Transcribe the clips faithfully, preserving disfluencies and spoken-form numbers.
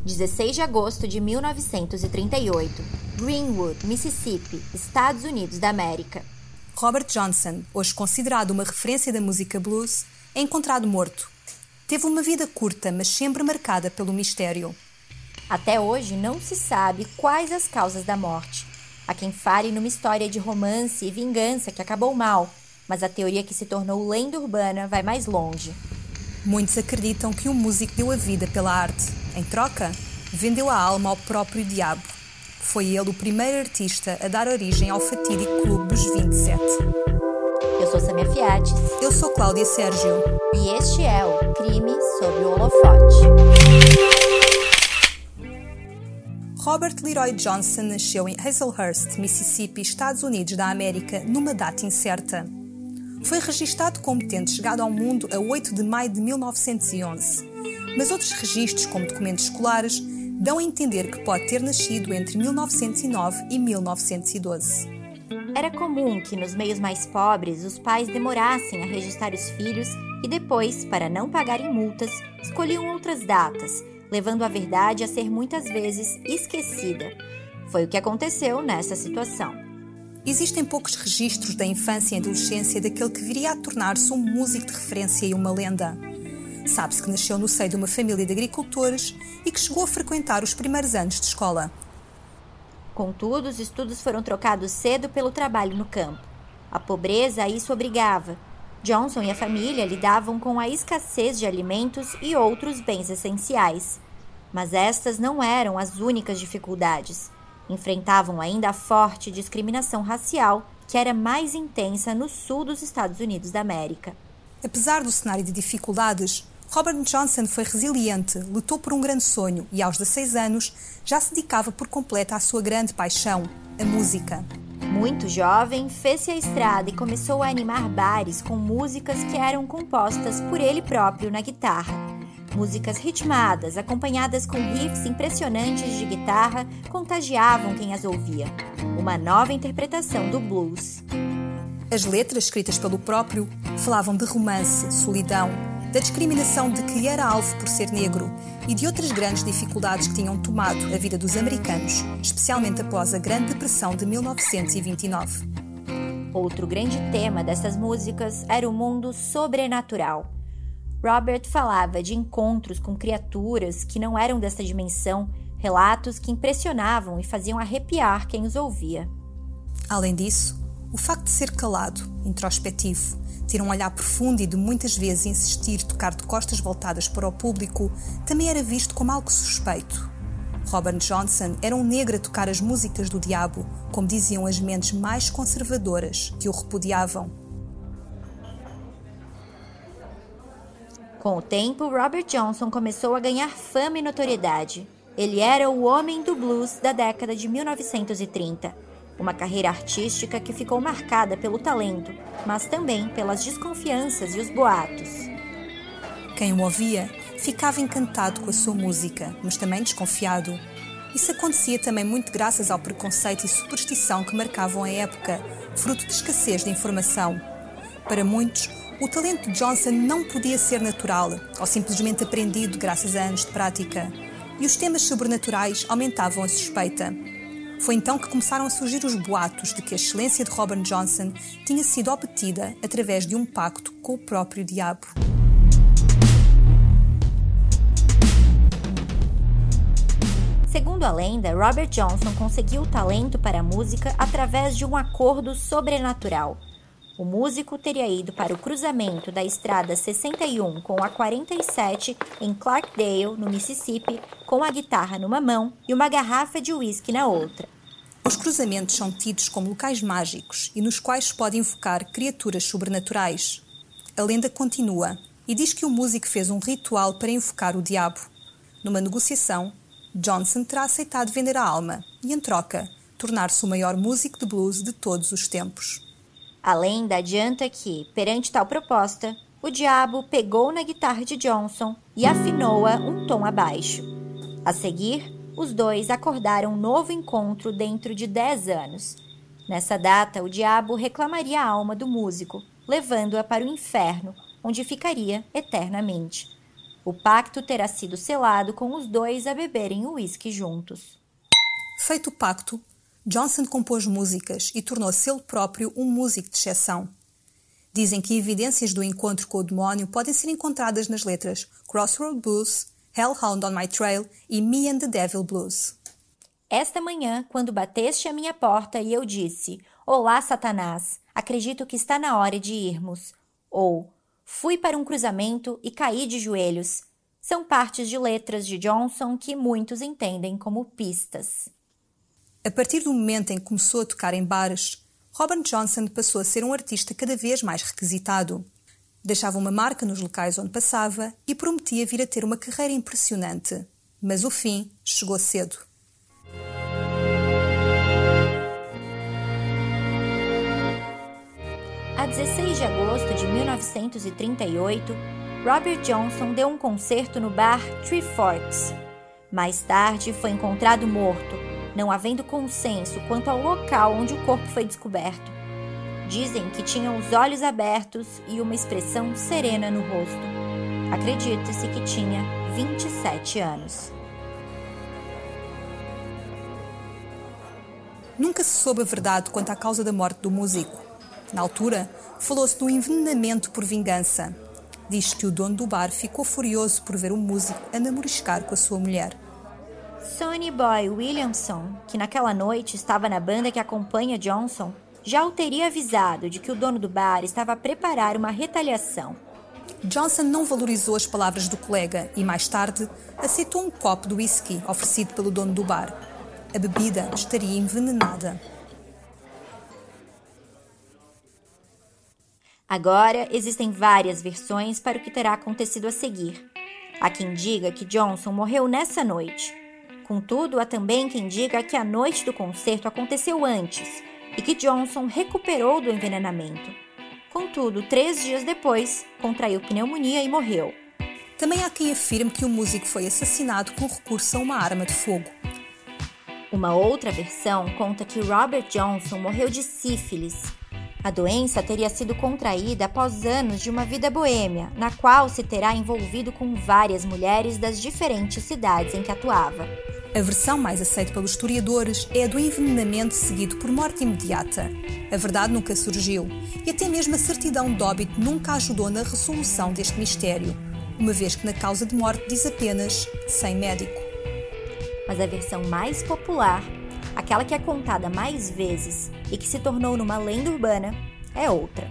dezesseis de agosto de mil novecentos e trinta e oito, Greenwood, Mississippi, Estados Unidos da América. Robert Johnson, hoje considerado uma referência da música blues, é encontrado morto. Teve uma vida curta, mas sempre marcada pelo mistério. Até hoje não se sabe quais as causas da morte. Há quem fale numa história de romance e vingança que acabou mal, mas a teoria que se tornou lenda urbana vai mais longe. Muitos acreditam que o músico deu a vida pela arte. Em troca, vendeu a alma ao próprio diabo. Foi ele o primeiro artista a dar origem ao fatídico Clube dos vinte e sete. Eu sou Samia Fiates. Eu sou Cláudia Sérgio. E este é o Crime sob o Holofote. Robert Leroy Johnson nasceu em Hazlehurst, Mississippi, Estados Unidos da América, numa data incerta. Foi registado como tendo chegado ao mundo a oito de maio de mil novecentos e onze, mas outros registros, como documentos escolares, dão a entender que pode ter nascido entre mil novecentos e nove e mil novecentos e doze. Era comum que nos meios mais pobres os pais demorassem a registrar os filhos e depois, para não pagarem multas, escolhiam outras datas, levando a verdade a ser muitas vezes esquecida. Foi o que aconteceu nessa situação. Existem poucos registros da infância e adolescência daquele que viria a tornar-se um músico de referência e uma lenda. Sabe-se que nasceu no seio de uma família de agricultores e que chegou a frequentar os primeiros anos de escola. Contudo, os estudos foram trocados cedo pelo trabalho no campo. A pobreza a isso obrigava. Johnson e a família lidavam com a escassez de alimentos e outros bens essenciais. Mas estas não eram as únicas dificuldades. Enfrentavam ainda a forte discriminação racial, que era mais intensa no sul dos Estados Unidos da América. Apesar do cenário de dificuldades, Robert Johnson foi resiliente, lutou por um grande sonho e, aos dezesseis anos, já se dedicava por completo à sua grande paixão, a música. Muito jovem, fez-se à estrada e começou a animar bares com músicas que eram compostas por ele próprio na guitarra. Músicas ritmadas, acompanhadas com riffs impressionantes de guitarra, contagiavam quem as ouvia. Uma nova interpretação do blues. As letras, escritas pelo próprio, falavam de romance, solidão, da discriminação de que era alvo por ser negro e de outras grandes dificuldades que tinham tomado a vida dos americanos, especialmente após a Grande Depressão de mil novecentos e vinte e nove. Outro grande tema dessas músicas era o mundo sobrenatural. Robert falava de encontros com criaturas que não eram desta dimensão, relatos que impressionavam e faziam arrepiar quem os ouvia. Além disso, o facto de ser calado, introspectivo, ter um olhar profundo e de muitas vezes insistir tocar de costas voltadas para o público também era visto como algo suspeito. Robert Johnson era um negro a tocar as músicas do diabo, como diziam as mentes mais conservadoras que o repudiavam. Com o tempo, Robert Johnson começou a ganhar fama e notoriedade. Ele era o homem do blues da década de mil novecentos e trinta. Uma carreira artística que ficou marcada pelo talento, mas também pelas desconfianças e os boatos. Quem o ouvia ficava encantado com a sua música, mas também desconfiado. Isso acontecia também muito graças ao preconceito e superstição que marcavam a época, fruto de escassez de informação. Para muitos, o talento de Johnson não podia ser natural ou simplesmente aprendido graças a anos de prática, e os temas sobrenaturais aumentavam a suspeita. Foi então que começaram a surgir os boatos de que a excelência de Robert Johnson tinha sido obtida através de um pacto com o próprio diabo. Segundo a lenda, Robert Johnson conseguiu o talento para a música através de um acordo sobrenatural. O músico teria ido para o cruzamento da estrada sessenta e um com a quarenta e sete em Clarkdale, no Mississippi, com a guitarra numa mão e uma garrafa de uísque na outra. Os cruzamentos são tidos como locais mágicos e nos quais se pode invocar criaturas sobrenaturais. A lenda continua e diz que o músico fez um ritual para invocar o diabo. Numa negociação, Johnson terá aceitado vender a alma e, em troca, tornar-se o maior músico de blues de todos os tempos. A lenda adianta que, perante tal proposta, o diabo pegou na guitarra de Johnson e afinou-a um tom abaixo. A seguir, os dois acordaram um novo encontro dentro de dez anos. Nessa data, o diabo reclamaria a alma do músico, levando-a para o inferno, onde ficaria eternamente. O pacto terá sido selado com os dois a beberem o uísque juntos. Feito o pacto, Johnson compôs músicas e tornou-se ele próprio um músico de exceção. Dizem que evidências do encontro com o demónio podem ser encontradas nas letras Crossroad Blues, Hellhound on My Trail e Me and the Devil Blues. Esta manhã, quando bateste à minha porta e eu disse, Olá, Satanás, acredito que está na hora de irmos. Ou, fui para um cruzamento e caí de joelhos. São partes de letras de Johnson que muitos entendem como pistas. A partir do momento em que começou a tocar em bares, Robert Johnson passou a ser um artista cada vez mais requisitado. Deixava uma marca nos locais onde passava e prometia vir a ter uma carreira impressionante. Mas o fim chegou cedo. A dezesseis de agosto de mil novecentos e trinta e oito, Robert Johnson deu um concerto no bar Three Forks. Mais tarde, foi encontrado morto, não havendo consenso quanto ao local onde o corpo foi descoberto. Dizem que tinha os olhos abertos e uma expressão serena no rosto. Acredita-se que tinha vinte e sete anos. Nunca se soube a verdade quanto à causa da morte do músico. Na altura, falou-se do envenenamento por vingança. Diz que o dono do bar ficou furioso por ver o músico a namoriscar com a sua mulher. Sonny Boy Williamson, que naquela noite estava na banda que acompanha Johnson, já o teria avisado de que o dono do bar estava a preparar uma retaliação. Johnson não valorizou as palavras do colega e, mais tarde, aceitou um copo de whisky oferecido pelo dono do bar. A bebida estaria envenenada. Agora, existem várias versões para o que terá acontecido a seguir. Há quem diga que Johnson morreu nessa noite. Contudo, há também quem diga que a noite do concerto aconteceu antes e que Johnson recuperou do envenenamento. Contudo, três dias depois, contraiu pneumonia e morreu. Também há quem afirme que o músico foi assassinado com recurso a uma arma de fogo. Uma outra versão conta que Robert Johnson morreu de sífilis. A doença teria sido contraída após anos de uma vida boêmia, na qual se terá envolvido com várias mulheres das diferentes cidades em que atuava. A versão mais aceita pelos historiadores é a do envenenamento seguido por morte imediata. A verdade nunca surgiu, e até mesmo a certidão de óbito nunca ajudou na resolução deste mistério, uma vez que na causa de morte diz apenas sem médico. Mas a versão mais popular, aquela que é contada mais vezes e que se tornou numa lenda urbana, é outra.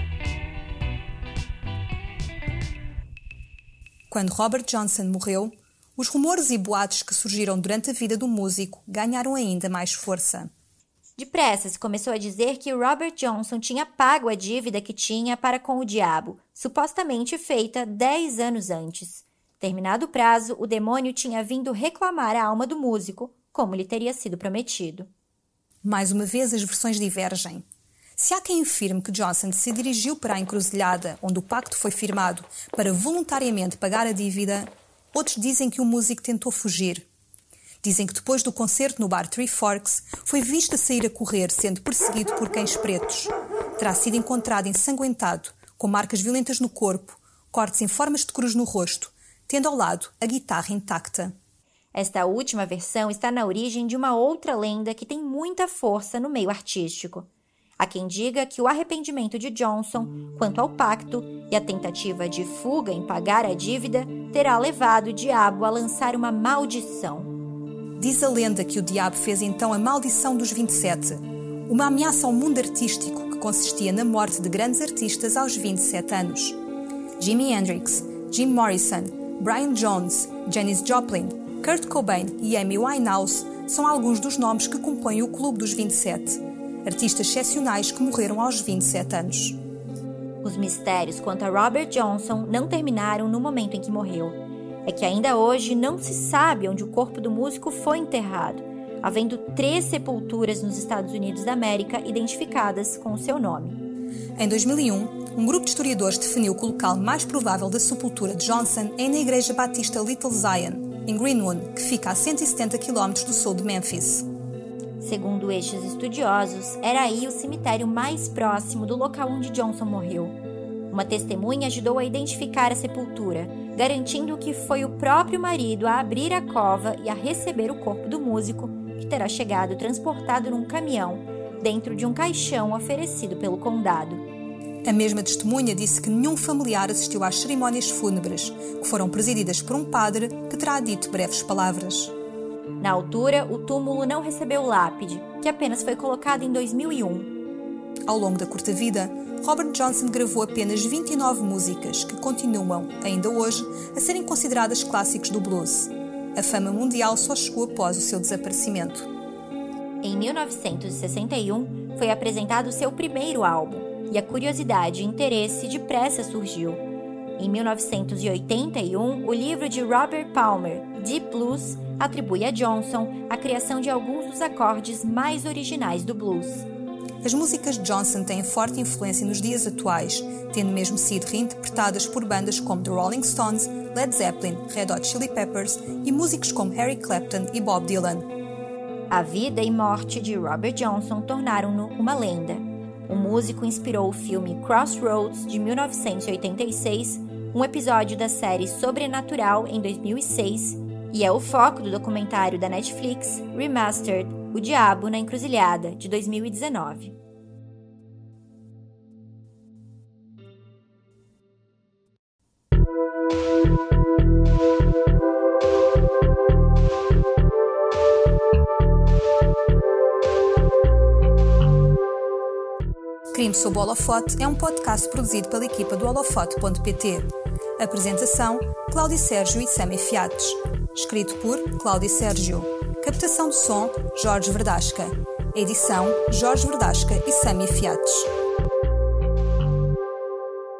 Quando Robert Johnson morreu, os rumores e boatos que surgiram durante a vida do músico ganharam ainda mais força. Depressa se começou a dizer que Robert Johnson tinha pago a dívida que tinha para com o diabo, supostamente feita dez anos antes. Terminado o prazo, o demônio tinha vindo reclamar a alma do músico, como lhe teria sido prometido. Mais uma vez as versões divergem. Se há quem afirme que Johnson se dirigiu para a encruzilhada onde o pacto foi firmado para voluntariamente pagar a dívida, outros dizem que o músico tentou fugir. Dizem que depois do concerto no bar Three Forks foi visto a sair a correr, sendo perseguido por cães pretos. Terá sido encontrado ensanguentado, com marcas violentas no corpo, cortes em formas de cruz no rosto, tendo ao lado a guitarra intacta. Esta última versão está na origem de uma outra lenda que tem muita força no meio artístico. Há quem diga que o arrependimento de Johnson quanto ao pacto e a tentativa de fuga em pagar a dívida terá levado o diabo a lançar uma maldição. Diz a lenda que o diabo fez então a maldição dos vinte e sete, uma ameaça ao mundo artístico que consistia na morte de grandes artistas aos vinte e sete anos. Jimi Hendrix, Jim Morrison, Brian Jones, Janis Joplin, Kurt Cobain e Amy Winehouse são alguns dos nomes que compõem o Clube dos vinte e sete, artistas excepcionais que morreram aos vinte e sete anos. Os mistérios quanto a Robert Johnson não terminaram no momento em que morreu. É que ainda hoje não se sabe onde o corpo do músico foi enterrado, havendo três sepulturas nos Estados Unidos da América identificadas com o seu nome. Em dois mil e um, um grupo de historiadores definiu que o local mais provável da sepultura de Johnson é na Igreja Batista Little Zion, em Greenwood, que fica a cento e setenta quilómetros do sul de Memphis. Segundo estes estudiosos, era aí o cemitério mais próximo do local onde Johnson morreu. Uma testemunha ajudou a identificar a sepultura, garantindo que foi o próprio marido a abrir a cova e a receber o corpo do músico, que terá chegado transportado num caminhão, dentro de um caixão oferecido pelo condado. A mesma testemunha disse que nenhum familiar assistiu às cerimónias fúnebres, que foram presididas por um padre que terá dito breves palavras. Na altura, o túmulo não recebeu lápide, que apenas foi colocado em dois mil e um. Ao longo da curta vida, Robert Johnson gravou apenas vinte e nove músicas que continuam, ainda hoje, a serem consideradas clássicos do blues. A fama mundial só chegou após o seu desaparecimento. Em mil novecentos e sessenta e um, foi apresentado seu primeiro álbum, e a curiosidade e interesse depressa surgiu. Em mil novecentos e oitenta e um, o livro de Robert Palmer, Deep Blues, atribui a Johnson a criação de alguns dos acordes mais originais do blues. As músicas de Johnson têm forte influência nos dias atuais, tendo mesmo sido reinterpretadas por bandas como The Rolling Stones, Led Zeppelin, Red Hot Chili Peppers e músicos como Eric Clapton e Bob Dylan. A vida e morte de Robert Johnson tornaram-no uma lenda. O músico inspirou o filme Crossroads, de mil novecentos e oitenta e seis, um episódio da série Sobrenatural, em dois mil e seis, e é o foco do documentário da Netflix, Remastered, O Diabo na Encruzilhada, de dois mil e dezenove. Crime sob o Holofote é um podcast produzido pela equipa do holofote ponto pt. Apresentação: Cláudio Sérgio e Sami Fiates. Escrito por Cláudio Sérgio. Captação de som: Jorge Verdasca. Edição: Jorge Verdasca e Sami Fiates.